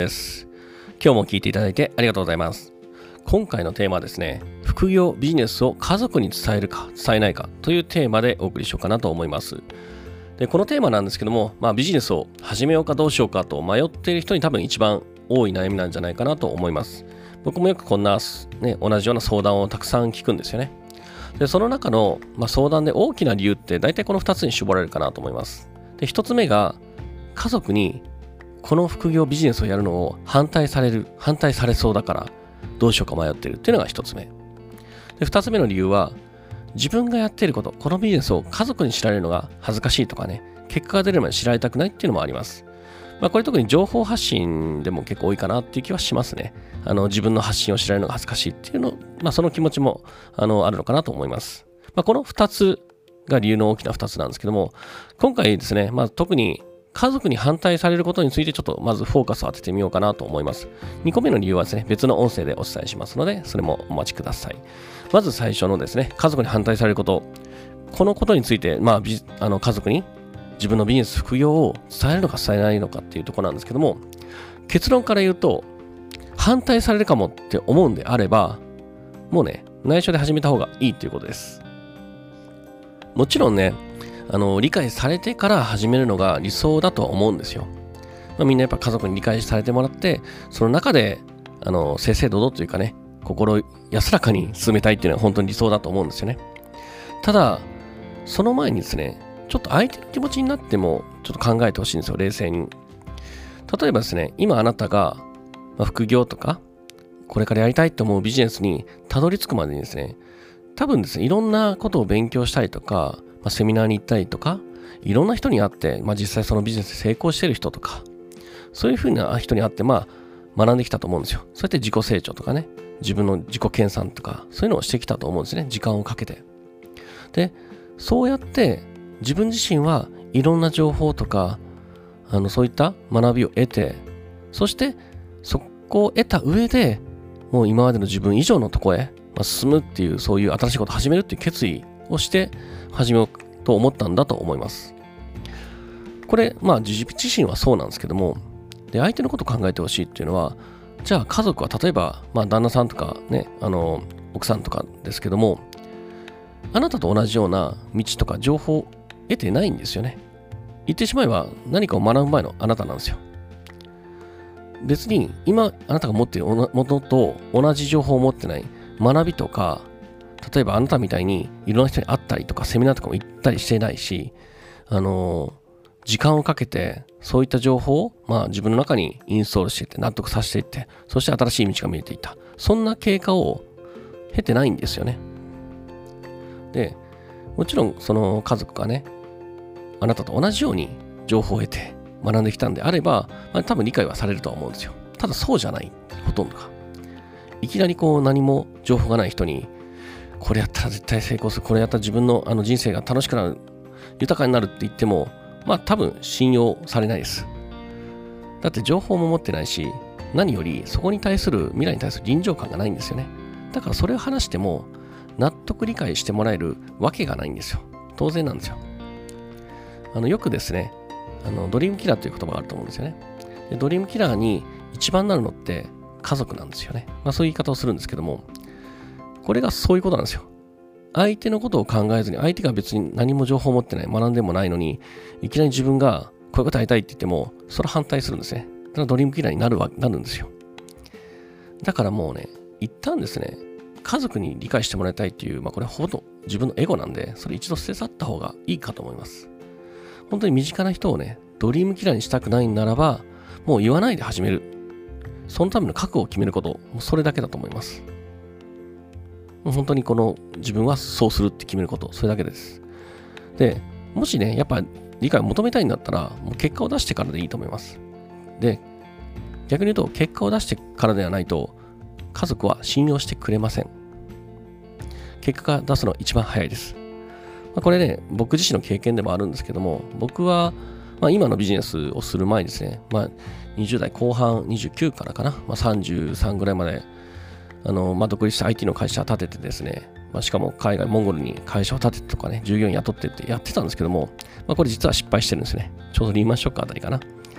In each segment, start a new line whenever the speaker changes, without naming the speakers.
です。今日も聞いていただいてありがとうございます。今回のテーマはですね、副業ビジネスを家族に伝えるか伝えないかというテーマでお送りしようかなと思います。で、このテーマなんですけども、ビジネスを始めようかどうしようかと迷っている人に多分一番多い悩みなんじゃないかなと思います。僕もよくこんな、同じような相談をたくさん聞くんですよね。で、その中の、相談で大きな理由って大体この2つに絞られるかなと思います。で、1つ目が家族にこの副業ビジネスをやるのを反対されそうだからどうしようか迷っているっていうのが1つ目。で、2つ目の理由は自分がやっていること、このビジネスを家族に知られるのが恥ずかしいとかね、結果が出るまで知られたくないっていうのもあります。これ特に情報発信でも結構多いかなっていう気はしますね。自分の発信を知られるのが恥ずかしいっていうの、その気持ちもあるのかなと思います。この2つが理由の大きな2つなんですけども、今回ですね、特に家族に反対されることについてちょっとまずフォーカスを当ててみようかなと思います。2個目の理由はですね、別の音声でお伝えしますので、それもお待ちください。まず最初のですね、家族に反対されること。このことについて、家族に自分のビジネス副業を伝えるのか伝えないのかっていうところなんですけども、結論から言うと、反対されるかもって思うんであれば、もうね、内緒で始めた方がいいっていうことです。もちろんね、理解されてから始めるのが理想だとは思うんですよ。みんなやっぱ家族に理解されてもらって、その中で、正々堂々というかね、心安らかに進めたいっていうのは本当に理想だと思うんですよね。ただ、その前にですね、ちょっと相手の気持ちになってもちょっと考えてほしいんですよ、冷静に。例えばですね、今あなたが、副業とか、これからやりたいと思うビジネスにたどり着くまでにですね、多分ですね、いろんなことを勉強したりとか、セミナーに行ったりとか、いろんな人に会って、実際そのビジネスで成功している人とか、そういうふうな人に会って、学んできたと思うんですよ。そうやって自己成長とかね、自分の自己研鑽とか、そういうのをしてきたと思うんですね。時間をかけて。で、そうやって自分自身はいろんな情報とか、そういった学びを得て、そしてそこを得た上で、もう今までの自分以上のところへ進むっていう、そういう新しいことを始めるっていう決意をして始めようと思ったんだと思います。これ、自身はそうなんですけども、で、相手のことを考えてほしいっていうのは、じゃあ家族は例えば、旦那さんとかね、奥さんとかですけども、あなたと同じような道とか情報を得てないんですよね。言ってしまえば何かを学ぶ前のあなたなんですよ。別に今あなたが持っているものと同じ情報を持ってない学びとか、例えばあなたみたいにいろんな人に会ったりとかセミナーとかも行ったりしてないし、時間をかけてそういった情報を自分の中にインストールしていって納得させていって、そして新しい道が見えていた。そんな経過を経てないんですよね。で、もちろんその家族がね、あなたと同じように情報を得て学んできたんであれば、多分理解はされるとは思うんですよ。ただそうじゃない、ほとんどが。いきなり何も情報がない人に、これやったら絶対成功する、これやったら自分の人生が楽しくなる、豊かになるって言っても、多分信用されないです。だって情報も持ってないし、何よりそこに対する、未来に対する臨場感がないんですよね。だからそれを話しても納得理解してもらえるわけがないんですよ。当然なんですよ。よくですね、ドリームキラーという言葉があると思うんですよね。で、ドリームキラーに一番なるのって家族なんですよね。そういう言い方をするんですけども、これがそういうことなんですよ。相手のことを考えずに、相手が別に何も情報を持ってない、学んでもないのに、いきなり自分がこういうことやりたいって言っても、それ反対するんですね。だからドリームキラーになるんですよ。だからもうね、一旦ですね、家族に理解してもらいたいっていう、これはほど自分のエゴなんで、それ一度捨て去った方がいいかと思います。本当に身近な人をね、ドリームキラーにしたくないならば、もう言わないで始める。そのための覚悟を決めること、もうそれだけだと思います。本当に自分はそうするって決めること、それだけです。で、もしね、やっぱ理解を求めたいんだったら、もう結果を出してからでいいと思います。で、逆に言うと、結果を出してからではないと、家族は信用してくれません。結果が出すのは一番早いです。これね、僕自身の経験でもあるんですけども、僕は、今のビジネスをする前にですね、20代後半、29からかな、33ぐらいまで、独立して IT の会社を立ててですね、しかも海外、モンゴルに会社を立ててとかね、従業員雇ってってやってたんですけども、これ実は失敗してるんですね。ちょうどリーマンショックあたりかな。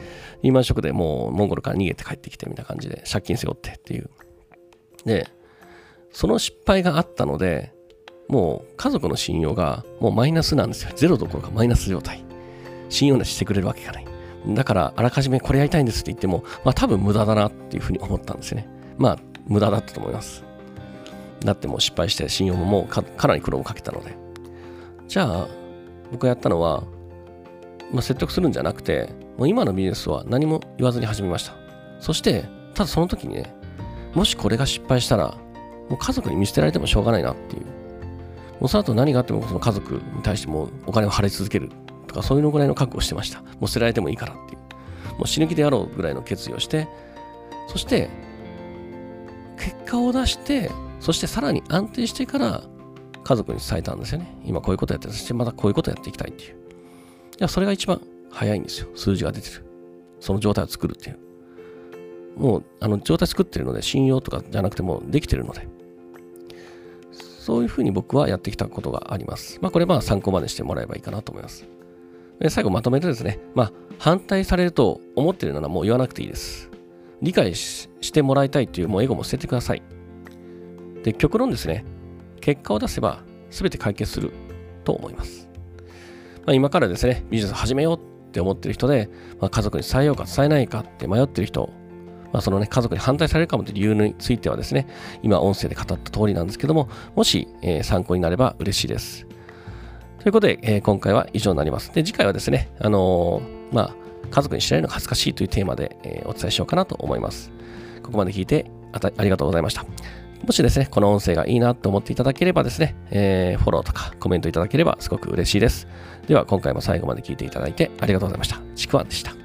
リーマンショックでもうモンゴルから逃げて帰ってきてみたいな感じで借金背負ってっていう。で、その失敗があったので、もう家族の信用がもうマイナスなんですよ。ゼロどころかマイナス状態。信用なししてくれるわけがない。だからあらかじめこれやりたいんですって言っても、多分無駄だなっていうふうに思ったんですよね。無駄だったと思います。だってもう失敗して信用ももうかなり苦労をかけたので。じゃあ僕がやったのは、説得するんじゃなくて、もう今のビジネスは何も言わずに始めました。そしてただその時にね、もしこれが失敗したらもう家族に見捨てられてもしょうがないなっていう。もうその後何があってもその家族に対してもお金を払い続けるとか、そういうのぐらいの覚悟をしてました。もう捨てられてもいいからっていう。もう死ぬ気でやろうぐらいの決意をして、そして結果を出して、そしてさらに安定してから家族に伝えたんですよね。今こういうことやってる。そしてまたこういうことやっていきたいっていう。いや、それが一番早いんですよ。数字が出てる。その状態を作るっていう。もう状態作ってるので、信用とかじゃなくてもできてるので、そういうふうに僕はやってきたことがあります。これ参考までしてもらえばいいかなと思います。で、最後まとめてですね、反対されると思ってるならもう言わなくていいです。理解してもらいたいっていうもうエゴも捨ててください。で、極論ですね、結果を出せば全て解決すると思います。今からですね、ビジネスを始めようって思ってる人で、家族に伝えようか伝えないかって迷ってる人、そのね、家族に反対されるかもという理由についてはですね、今音声で語った通りなんですけども、もし、参考になれば嬉しいです。ということで、今回は以上になります。で、次回はですね、家族に知られるのが恥ずかしいというテーマで、お伝えしようかなと思います。ここまで聞いてありがとうございました。もしですね、この音声がいいなと思っていただければですね、フォローとかコメントいただければすごく嬉しいです。では、今回も最後まで聞いていただいてありがとうございました。ちくわんでした。